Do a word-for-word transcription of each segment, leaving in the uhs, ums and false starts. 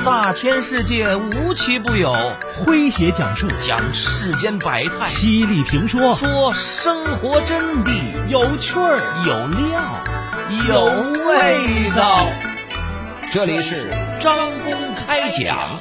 大千世界无奇不有， 诙谐讲述讲世间百态， 犀利评说说生活真谛， 有趣儿有料有味道。这里是张公开讲。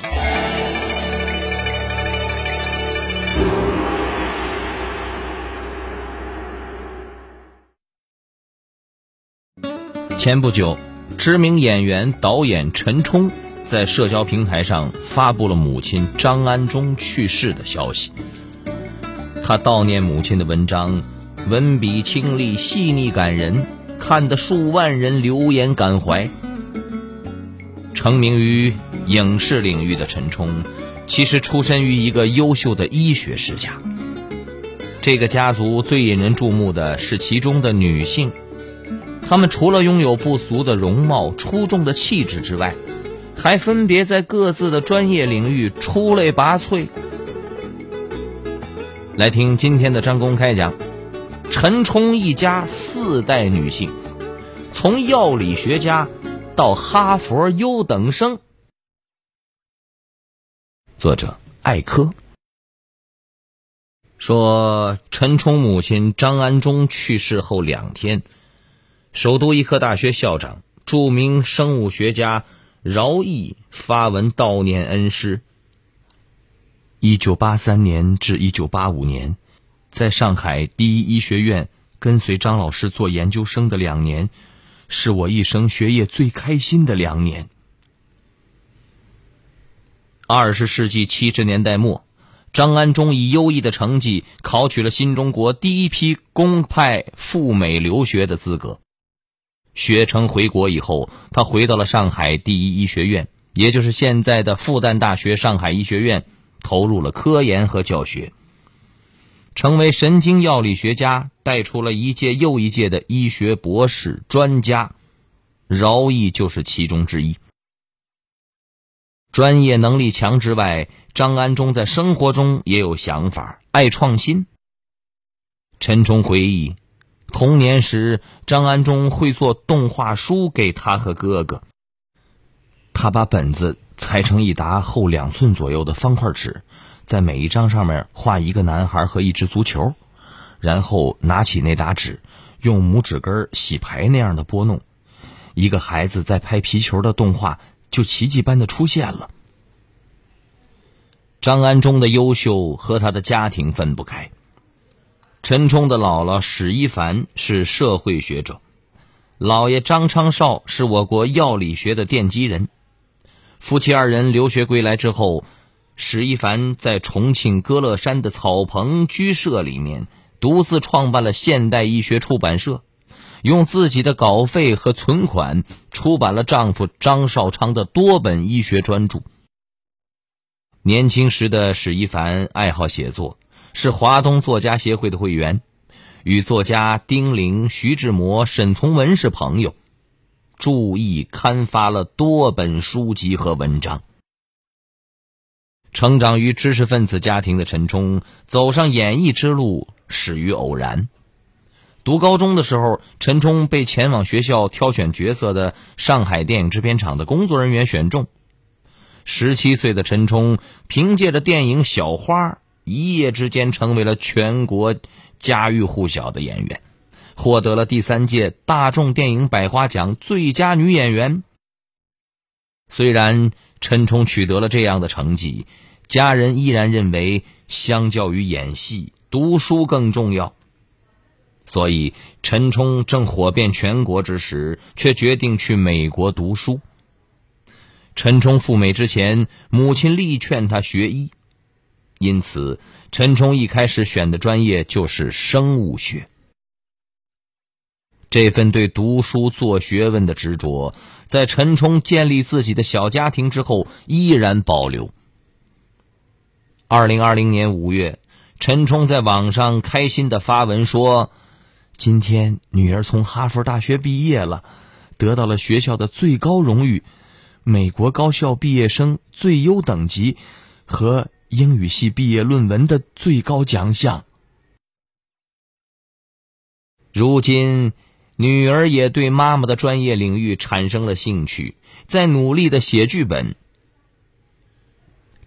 前不久，知名演员导演陈冲在社交平台上发布了母亲张安忠去世的消息。他悼念母亲的文章文笔清丽细腻感人，看得数万人流言感怀。成名于影视领域的陈冲，其实出身于一个优秀的医学世家。这个家族最引人注目的是其中的女性，她们除了拥有不俗的容貌、出众的气质之外，还分别在各自的专业领域出类拔萃。来听今天的张公开讲，陈冲一家四代女性，从药理学家到哈佛优等生。作者艾科说，陈冲母亲张安忠去世后两天，首都医科大学校长、著名生物学家饶毅发文悼念恩师。一九八三年至一九八五年，在上海第一医学院跟随张老师做研究生的两年，是我一生学业最开心的两年。二十世纪七十年代末，张安忠以优异的成绩考取了新中国第一批公派赴美留学的资格。学成回国以后，他回到了上海第一医学院，也就是现在的复旦大学上海医学院，投入了科研和教学，成为神经药理学家，带出了一届又一届的医学博士专家，饶毅就是其中之一。专业能力强之外，张安忠在生活中也有想法，爱创新。陈冲回忆，童年时张安忠会做动画书给他和哥哥，他把本子裁成一沓厚两寸左右的方块纸，在每一张上面画一个男孩和一只足球，然后拿起那沓纸，用拇指根洗牌那样的拨弄，一个孩子在拍皮球的动画就奇迹般的出现了。张安忠的优秀和他的家庭分不开。陈冲的姥姥史一凡是社会学者，姥爷张昌绍是我国药理学的奠基人。夫妻二人留学归来之后，史一凡在重庆歌乐山的草棚居舍里面独自创办了现代医学出版社，用自己的稿费和存款出版了丈夫张绍昌的多本医学专著。年轻时的史一凡爱好写作，是华东作家协会的会员，与作家丁玲、徐志摩、沈从文是朋友，著译刊发了多本书籍和文章。成长于知识分子家庭的陈冲，走上演艺之路始于偶然。读高中的时候，陈冲被前往学校挑选角色的上海电影制片厂的工作人员选中。十七岁的陈冲凭借着电影《小花》，一夜之间成为了全国家喻户晓的演员，获得了第三届大众电影百花奖最佳女演员。虽然陈冲取得了这样的成绩，家人依然认为相较于演戏，读书更重要。所以陈冲正火遍全国之时，却决定去美国读书。陈冲赴美之前，母亲力劝他学医，因此陈冲一开始选的专业就是生物学。这份对读书做学问的执着，在陈冲建立自己的小家庭之后依然保留。二零二零年五月，陈冲在网上开心地发文说，今天女儿从哈佛大学毕业了，得到了学校的最高荣誉，美国高校毕业生最优等级和英语系毕业论文的最高奖项。如今女儿也对妈妈的专业领域产生了兴趣，在努力地写剧本。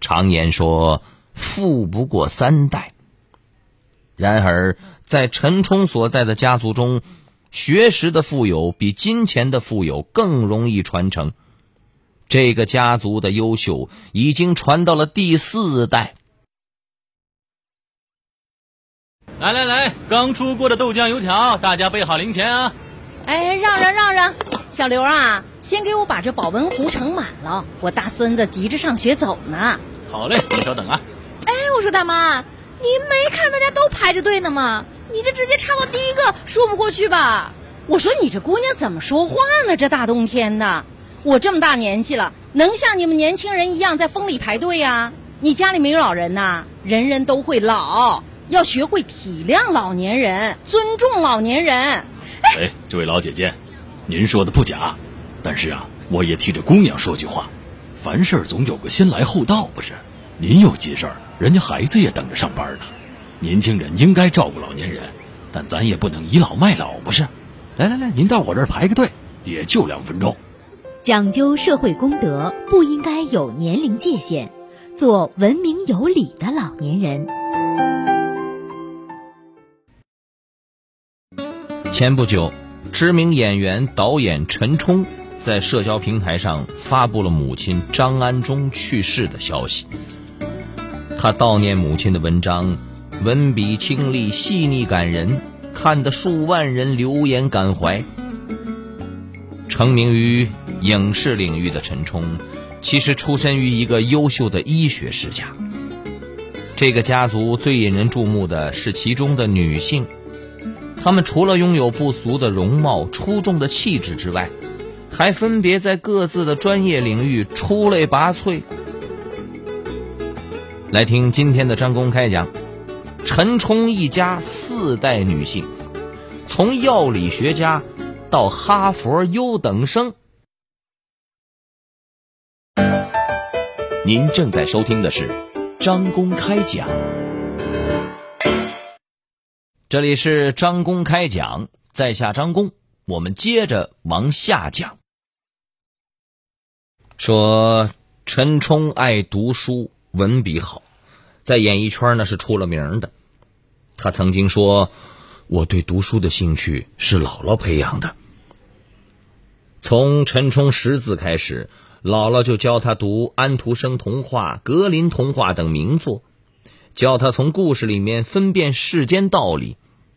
常言说富不过三代。然而在陈冲所在的家族中，学识的富有比金钱的富有更容易传承。这个家族的优秀已经传到了第四代。 来来来，刚出锅的豆浆油条，大家备好零钱啊！ 哎，让让让让，小刘啊，先给我把这保温壶盛满了，我大孙子急着上学走呢。 好嘞，你稍等啊。 哎，我说大妈，你没看大家都排着队呢吗？你这直接插到第一个，说不过去吧？ 我说你这姑娘怎么说话呢？这大冬天的，我这么大年纪了，能像你们年轻人一样在风里排队呀？你家里没有老人呐？人人都会老，要学会体谅老年人，尊重老年人。 哎，这位老姐姐，您说的不假，但是啊，我也替这姑娘说句话，凡事总有个先来后到，不是？您有急事儿，人家孩子也等着上班呢。年轻人应该照顾老年人，但咱也不能倚老卖老，不是？来来来，您到我这儿排个队，也就两分钟。 讲究社会公德，不应该有年龄界限，做文明有礼的老年人。 前不久，知名演员导演陈冲在社交平台上发布了母亲张安忠去世的消息。他悼念母亲的文章文笔清丽细腻感人，看得数万人流言感怀。成名于影视领域的陈冲，其实出身于一个优秀的医学世家。这个家族最引人注目的是其中的女性，她们除了拥有不俗的容貌、出众的气质之外，还分别在各自的专业领域出类拔萃。来听今天的张公开讲，陈冲一家四代女性，从药理学家到哈佛优等生。 您正在收听的是张公开讲。 这里是张公开讲，在下张公，我们接着往下讲。说陈冲爱读书，文笔好，在演艺圈呢是出了名的。他曾经说，我对读书的兴趣是姥姥培养的。从陈冲识字开始，姥姥就教他读安徒生童话、格林童话等名作，教他从故事里面分辨世间道理。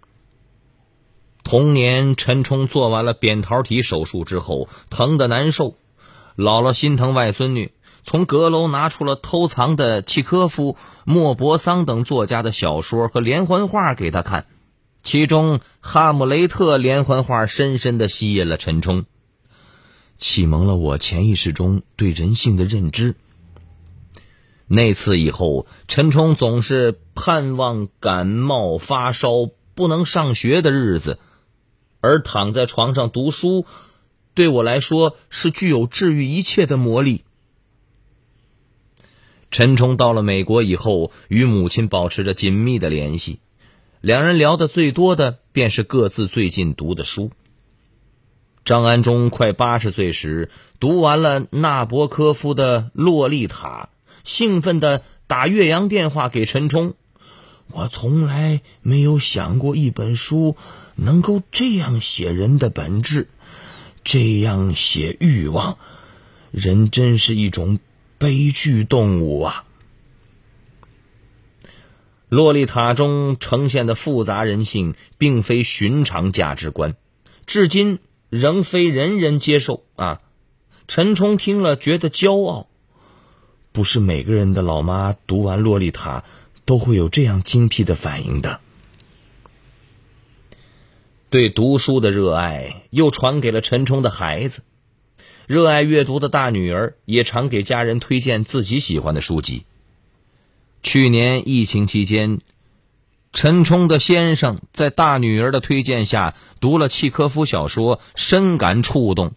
同年，陈冲做完了扁桃体手术之后，疼得难受，姥姥心疼外孙女，从阁楼拿出了偷藏的契诃夫、莫泊桑等作家的小说和连环画给他看，其中《哈姆雷特》连环画深深地吸引了陈冲，启蒙了我潜意识中对人性的认知。那次以后，陈冲总是盼望感冒发烧不能上学的日子，而躺在床上读书对我来说是具有治愈一切的魔力。陈冲到了美国以后，与母亲保持着紧密的联系，两人聊得最多的便是各自最近读的书。张安忠快八十岁时，读完了纳博科夫的《洛丽塔》，兴奋地打越洋电话给陈冲，我从来没有想过一本书能够这样写人的本质，这样写欲望，人真是一种悲剧动物啊。洛丽塔中呈现的复杂人性并非寻常价值观，至今仍非人人接受啊。陈冲听了觉得骄傲，不是每个人的老妈读完洛丽塔都会有这样精辟的反应的。对读书的热爱又传给了陈冲的孩子，热爱阅读的大女儿也常给家人推荐自己喜欢的书籍。去年疫情期间，陈冲的先生在大女儿的推荐下读了契诃夫小说，深感触动。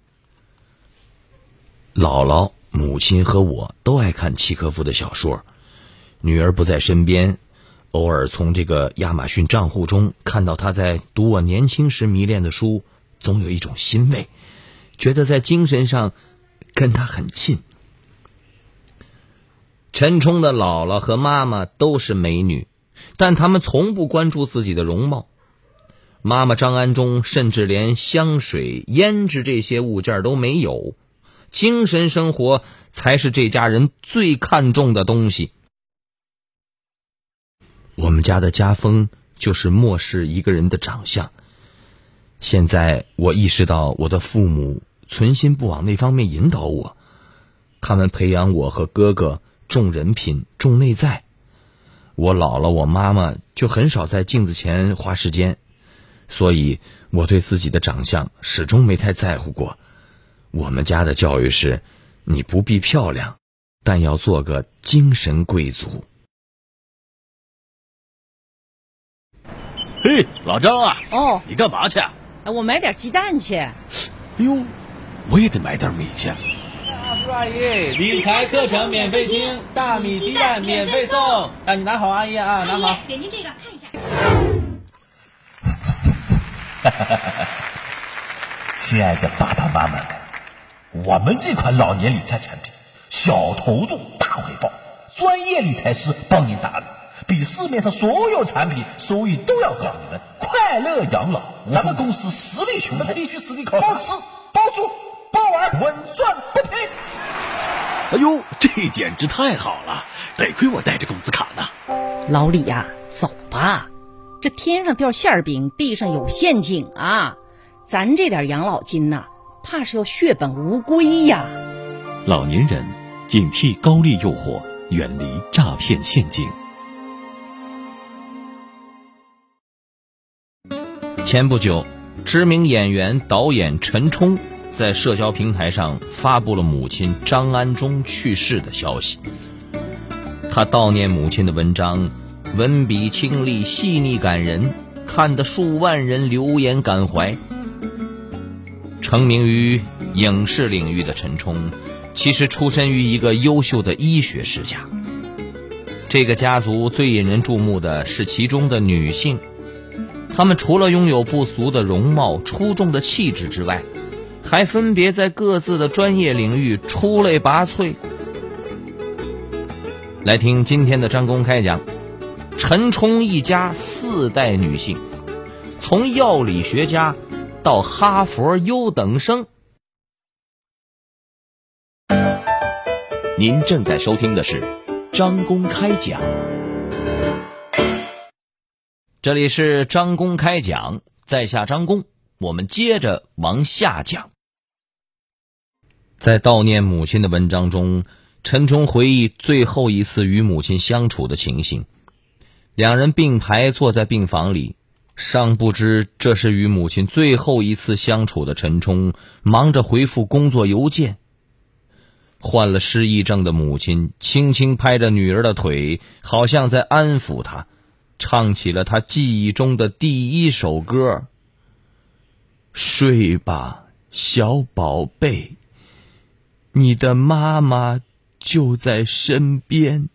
姥姥、母亲和我都爱看契诃夫的小说，女儿不在身边，偶尔从这个亚马逊账户中看到她在读我年轻时迷恋的书，总有一种欣慰，觉得在精神上跟她很近。 陈冲的姥姥和妈妈都是美女，但他们从不关注自己的容貌。妈妈张安忠甚至连香水、胭脂这些物件都没有，精神生活才是这家人最看重的东西。我们家的家风就是漠视一个人的长相。现在我意识到我的父母存心不往那方面引导我，他们培养我和哥哥重人品、重内在。我姥姥、我妈妈就很少在镜子前花时间，所以我对自己的长相始终没太在乎过。我们家的教育是，你不必漂亮，但要做个精神贵族。 嘿，老张啊， 哦， 你干嘛去？ 我买点鸡蛋去。 哎呦，我也得买点米去。 大叔阿姨，理财课程免费听，大米鸡蛋免费送。啊，你拿好，阿姨啊，拿好。 给您这个看一下。 亲爱的爸爸妈妈们，我们这款老年理财产品，小投入大回报，专业理财师帮您打理，比市面上所有产品收益都要高，你们快乐养老。咱们公司实力雄厚，地区实力考察，包吃包住包玩，稳赚不赔。 哎呦，这简直太好了，得亏我带着工资卡呢。 老李呀、啊，走吧，这天上掉馅饼，地上有陷阱啊！咱这点养老金呐、啊，怕是要血本无归呀。 老年人警惕高利诱惑，远离诈骗陷阱。 前不久，知名演员导演陈冲在社交平台上发布了母亲张安忠去世的消息。他悼念母亲的文章文笔清丽、细腻感人，看得数万人流言感怀。成名于影视领域的陈冲，其实出身于一个优秀的医学世家。这个家族最引人注目的是其中的女性，她们除了拥有不俗的容貌、出众的气质之外，还分别在各自的专业领域出类拔萃。来听今天的张公开讲，陈冲一家四代女性，从药理学家到哈佛优等生。 您正在收听的是张公开讲。 这里是张公开讲，在下张公，我们接着往下讲。在悼念母亲的文章中，陈冲回忆最后一次与母亲相处的情形。两人并排坐在病房里，尚不知这是与母亲最后一次相处的陈冲忙着回复工作邮件。患了失忆症的母亲轻轻拍着女儿的腿，好像在安抚她，唱起了她记忆中的第一首歌：睡吧，小宝贝，你的妈妈就在身边。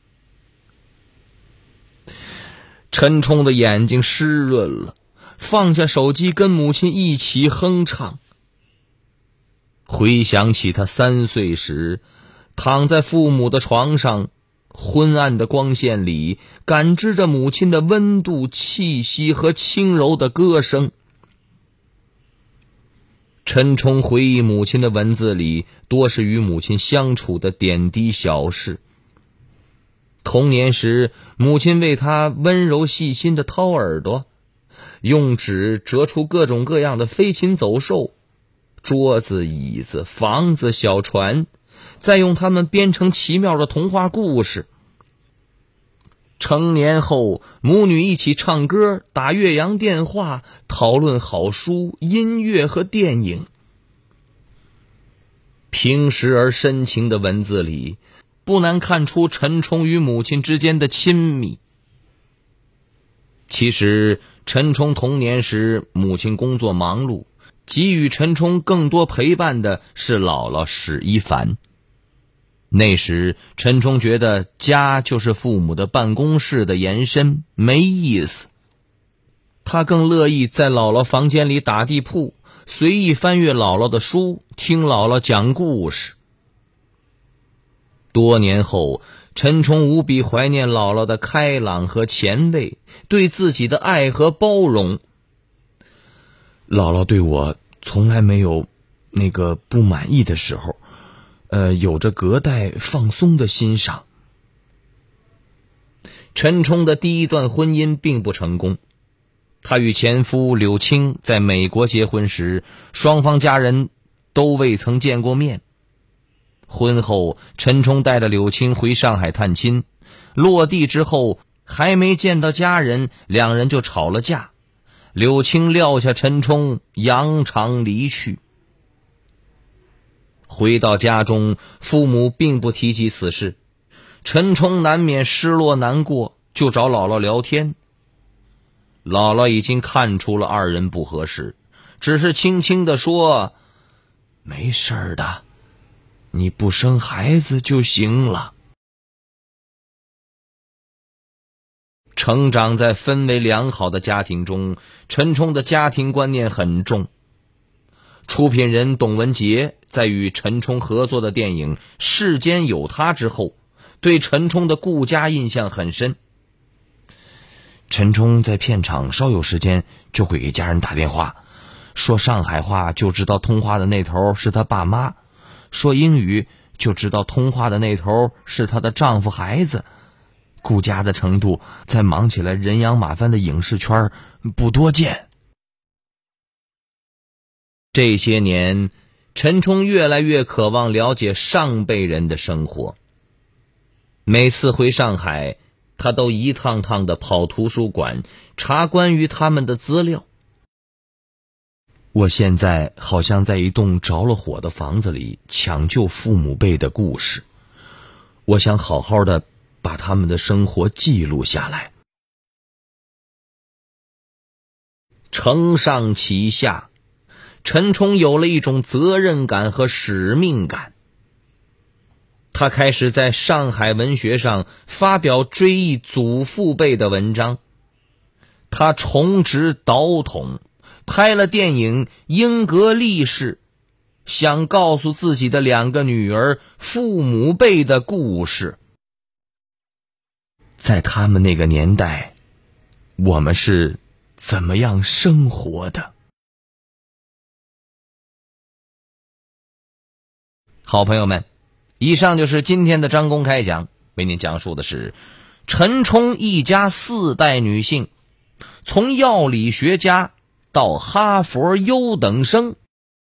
陈冲的眼睛湿润了，放下手机跟母亲一起哼唱。回想起他三岁时躺在父母的床上，昏暗的光线里感知着母亲的温度、气息和轻柔的歌声。陈冲回忆母亲的文字里多是与母亲相处的点滴小事。童年时，母亲为他温柔细心地掏耳朵，用纸折出各种各样的飞禽走兽，桌子、椅子、房子、小船，再用它们编成奇妙的童话故事。成年后，母女一起唱歌、打越洋电话，讨论好书、音乐和电影。平实而深情的文字里，不难看出陈冲与母亲之间的亲密。其实陈冲童年时母亲工作忙碌，给予陈冲更多陪伴的是姥姥史一凡。那时陈冲觉得家就是父母的办公室的延伸，没意思。他更乐意在姥姥房间里打地铺，随意翻阅姥姥的书，听姥姥讲故事。多年后， 陈冲无比怀念姥姥的开朗和前卫，对自己的爱和包容。姥姥对我从来没有那个不满意的时候，呃，有着隔代放松的欣赏。陈冲的第一段婚姻并不成功，他与前夫柳青在美国结婚时，双方家人都未曾见过面。婚后，陈冲带着柳青回上海探亲，落地之后还没见到家人，两人就吵了架。柳青撂下陈冲，扬长离去。回到家中，父母并不提及此事，陈冲难免失落难过，就找姥姥聊天。姥姥已经看出了二人不合适，只是轻轻地说：“没事儿的，你不生孩子就行了。”成长在氛围良好的家庭中，陈冲的家庭观念很重。出品人董文杰在与陈冲合作的电影《世间有他》之后，对陈冲的顾家印象很深。陈冲在片场稍有时间就会给家人打电话，说上海话就知道通话的那头是他爸妈，说英语就知道通话的那头是他的丈夫孩子。顾家的程度在忙起来人仰马翻的影视圈不多见。这些年，陈冲越来越渴望了解上辈人的生活。每次回上海，他都一趟趟的跑图书馆，查关于他们的资料。我现在好像在一栋着了火的房子里抢救父母辈的故事，我想好好的把他们的生活记录下来。承上启下，陈冲有了一种责任感和使命感。他开始在上海文学上发表追忆祖父辈的文章。他重执导筒，拍了电影《英格力士》，想告诉自己的两个女儿父母辈的故事。在他们那个年代，我们是怎么样生活的？好朋友们，以上就是今天的张公开讲，为您讲述的是陈冲一家四代女性，从药理学家到哈佛优等生。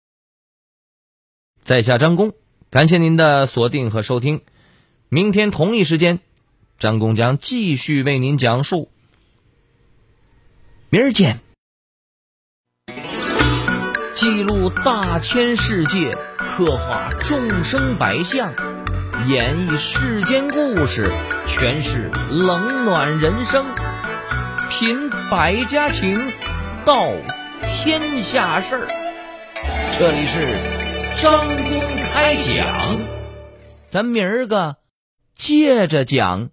在下张公，感谢您的锁定和收听。明天同一时间，张公将继续为您讲述。明儿见。记录大千世界，刻画众生百相，演绎世间故事，诠释冷暖人生，品百家情，道天下事儿。这里是张公开讲，咱明儿个接着讲。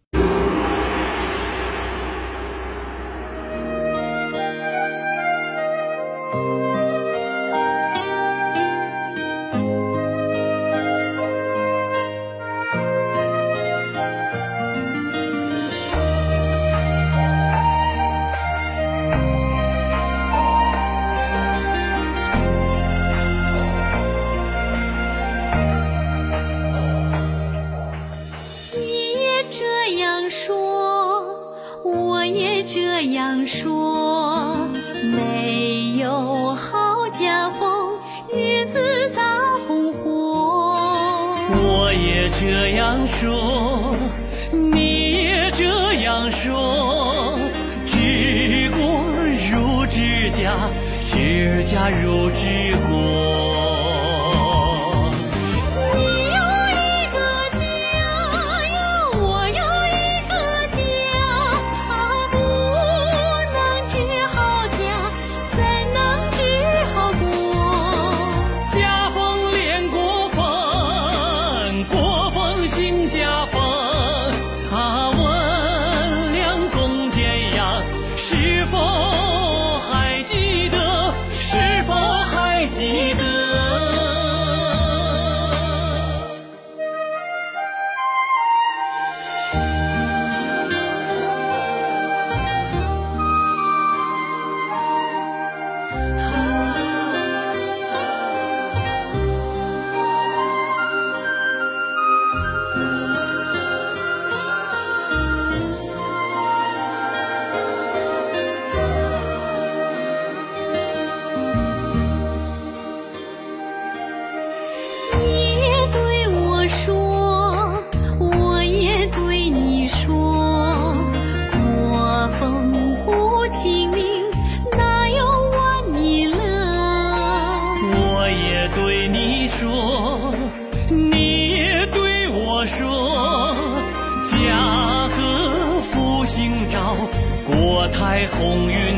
这样说，没有好家风，日子咋红火？ 我也这样说，你也这样说，指国如指甲，指甲如指国。是否还记得？ 在红云